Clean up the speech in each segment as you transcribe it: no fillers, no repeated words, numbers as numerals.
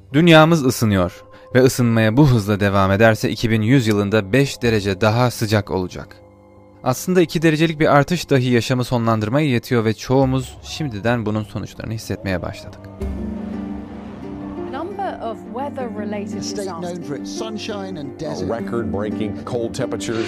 Dünyamız ısınıyor ve ısınmaya bu hızla devam ederse 2100 yılında 5 derece daha sıcak olacak. Aslında 2 derecelik bir artış dahi yaşamı sonlandırmaya yetiyor ve çoğumuz şimdiden bunun sonuçlarını hissetmeye başladık. A state known for its sunshine and desert. Record-breaking cold temperatures.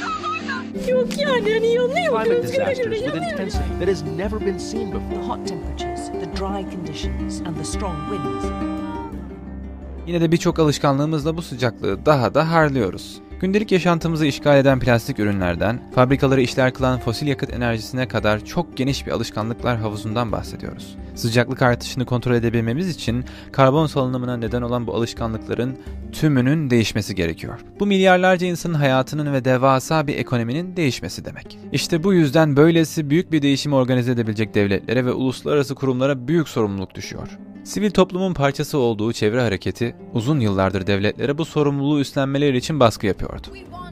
Climate disasters with intensity that has never been seen before. The hot temperatures, the dry conditions and the strong winds. Yine de birçok alışkanlığımızla bu sıcaklığı daha da harlıyoruz. Gündelik yaşantımızı işgal eden plastik ürünlerden, fabrikaları işler kılan fosil yakıt enerjisine kadar çok geniş bir alışkanlıklar havuzundan bahsediyoruz. Sıcaklık artışını kontrol edebilmemiz için karbon salınımına neden olan bu alışkanlıkların tümünün değişmesi gerekiyor. Bu milyarlarca insanın hayatının ve devasa bir ekonominin değişmesi demek. İşte bu yüzden böylesi büyük bir değişimi organize edebilecek devletlere ve uluslararası kurumlara büyük sorumluluk düşüyor. Sivil toplumun parçası olduğu çevre hareketi uzun yıllardır devletlere bu sorumluluğu üstlenmeleri için baskı yapıyordu.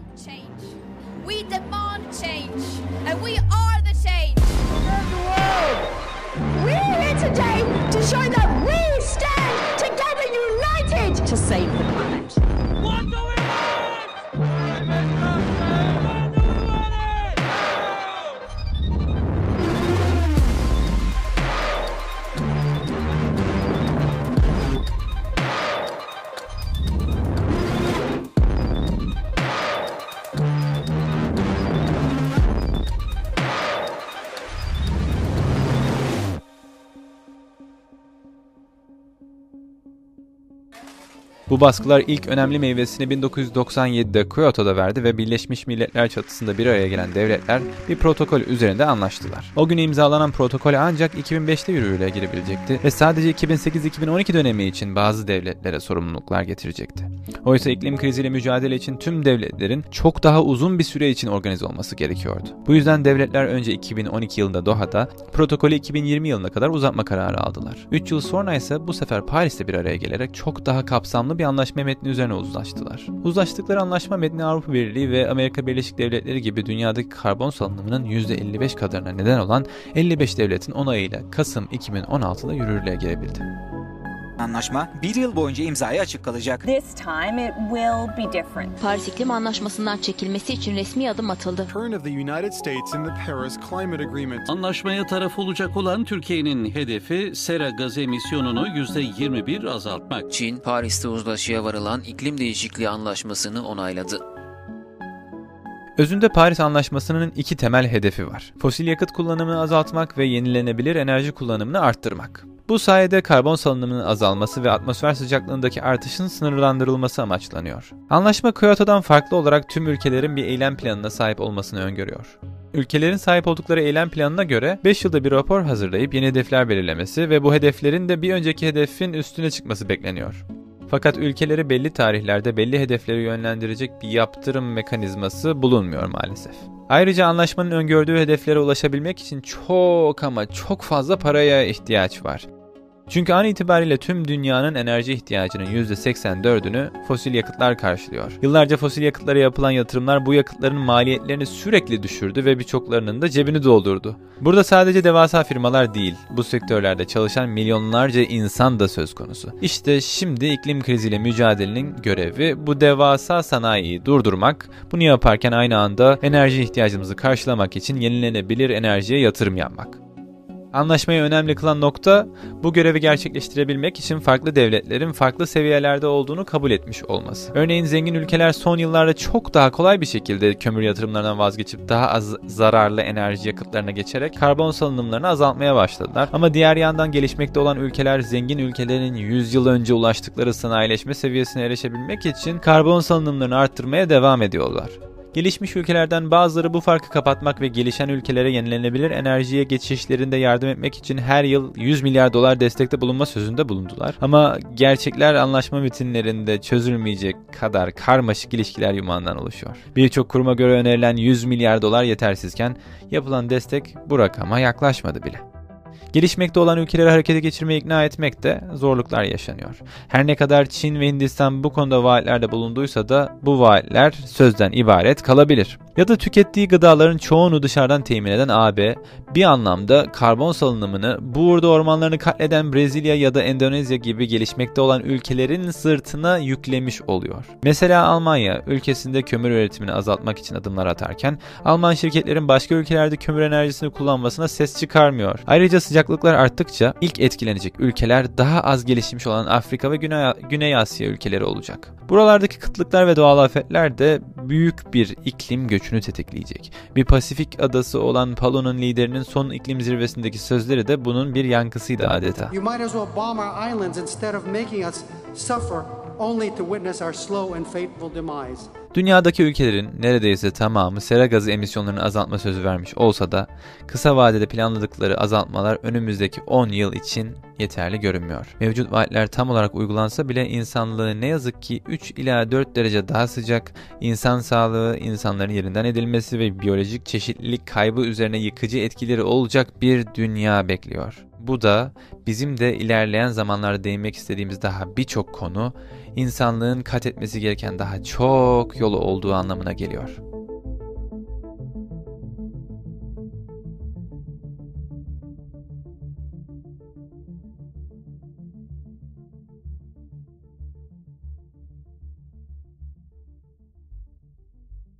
Bu baskılar ilk önemli meyvesini 1997'de Kyoto'da verdi ve Birleşmiş Milletler çatısında bir araya gelen devletler bir protokol üzerinde anlaştılar. O gün imzalanan protokol ancak 2005'te yürürlüğe girebilecekti ve sadece 2008-2012 dönemi için bazı devletlere sorumluluklar getirecekti. Oysa iklim kriziyle mücadele için tüm devletlerin çok daha uzun bir süre için organize olması gerekiyordu. Bu yüzden devletler önce 2012 yılında Doha'da, protokolü 2020 yılına kadar uzatma kararı aldılar. 3 yıl sonra ise bu sefer Paris'te bir araya gelerek çok daha kapsamlı bir anlaşma metni üzerine uzlaştılar. Uzlaştıkları anlaşma metni Avrupa Birliği ve Amerika Birleşik Devletleri gibi dünyadaki karbon salınımının %55 kadarına neden olan 55 devletin onayıyla Kasım 2016'da yürürlüğe girebildi. Anlaşma bir yıl boyunca imzaya açık kalacak. This time it will be different. Paris İklim Anlaşması'ndan çekilmesi için resmi adım atıldı. Anlaşmaya taraf olacak olan Türkiye'nin hedefi sera gazı emisyonunu %21 azaltmak. Çin, Paris'te uzlaşıya varılan iklim değişikliği anlaşmasını onayladı. Özünde Paris Anlaşması'nın 2 temel hedefi var. Fosil yakıt kullanımını azaltmak ve yenilenebilir enerji kullanımını arttırmak. Bu sayede karbon salınımının azalması ve atmosfer sıcaklığındaki artışın sınırlandırılması amaçlanıyor. Anlaşma Kyoto'dan farklı olarak tüm ülkelerin bir eylem planına sahip olmasını öngörüyor. Ülkelerin sahip oldukları eylem planına göre 5 yılda bir rapor hazırlayıp yeni hedefler belirlemesi ve bu hedeflerin de bir önceki hedefin üstüne çıkması bekleniyor. Fakat ülkeleri belli tarihlerde belli hedefleri yönlendirecek bir yaptırım mekanizması bulunmuyor maalesef. Ayrıca anlaşmanın öngördüğü hedeflere ulaşabilmek için çok fazla paraya ihtiyaç var. Çünkü an itibariyle tüm dünyanın enerji ihtiyacının %84'ünü fosil yakıtlar karşılıyor. Yıllarca fosil yakıtlara yapılan yatırımlar bu yakıtların maliyetlerini sürekli düşürdü ve birçoklarının da cebini doldurdu. Burada sadece devasa firmalar değil, bu sektörlerde çalışan milyonlarca insan da söz konusu. İşte şimdi iklim kriziyle mücadelenin görevi bu devasa sanayiyi durdurmak, bunu yaparken aynı anda enerji ihtiyacımızı karşılamak için yenilenebilir enerjiye yatırım yapmak. Anlaşmayı önemli kılan nokta, bu görevi gerçekleştirebilmek için farklı devletlerin farklı seviyelerde olduğunu kabul etmiş olması. Örneğin zengin ülkeler son yıllarda çok daha kolay bir şekilde kömür yatırımlarından vazgeçip daha az zararlı enerji yakıtlarına geçerek karbon salınımlarını azaltmaya başladılar. Ama diğer yandan gelişmekte olan ülkeler zengin ülkelerin 100 yıl önce ulaştıkları sanayileşme seviyesine erişebilmek için karbon salınımlarını arttırmaya devam ediyorlar. Gelişmiş ülkelerden bazıları bu farkı kapatmak ve gelişen ülkelere yenilenebilir enerjiye geçişlerinde yardım etmek için her yıl 100 milyar dolar destekte bulunma sözünde bulundular. Ama gerçekler anlaşma metinlerinde çözülmeyecek kadar karmaşık ilişkiler yumağından oluşuyor. Birçok kuruma göre önerilen 100 milyar dolar yetersizken yapılan destek bu rakama yaklaşmadı bile. Gelişmekte olan ülkeleri harekete geçirmeye ikna etmekte zorluklar yaşanıyor. Her ne kadar Çin ve Hindistan bu konuda vaatlerde bulunduysa da bu vaatler sözden ibaret kalabilir. Ya da tükettiği gıdaların çoğunu dışarıdan temin eden AB, bir anlamda karbon salınımını burada ormanlarını katleden Brezilya ya da Endonezya gibi gelişmekte olan ülkelerin sırtına yüklemiş oluyor. Mesela Almanya, ülkesinde kömür üretimini azaltmak için adımlar atarken, Alman şirketlerin başka ülkelerde kömür enerjisini kullanmasına ses çıkarmıyor. Ayrıca sıcaklıklar arttıkça ilk etkilenecek ülkeler daha az gelişmiş olan Afrika ve Güney Asya ülkeleri olacak. Buralardaki kıtlıklar ve doğal afetler de büyük bir iklim göçünü tetikleyecek. Bir Pasifik adası olan Palu'nun liderinin son iklim zirvesindeki sözleri de bunun bir yankısıydı adeta. You might as well bomb our islands instead of making us suffer only to witness our slow and fateful demise. Dünyadaki ülkelerin neredeyse tamamı sera gazı emisyonlarını azaltma sözü vermiş olsa da kısa vadede planladıkları azaltmalar önümüzdeki 10 yıl için yeterli görünmüyor. Mevcut vaatler tam olarak uygulansa bile insanlığı ne yazık ki 3 ila 4 derece daha sıcak, insan sağlığı, insanların yerinden edilmesi ve biyolojik çeşitlilik kaybı üzerine yıkıcı etkileri olacak bir dünya bekliyor. Bu da bizim de ilerleyen zamanlarda değinmek istediğimiz daha birçok konu, insanlığın kat etmesi gereken daha çok yolu olduğu anlamına geliyor.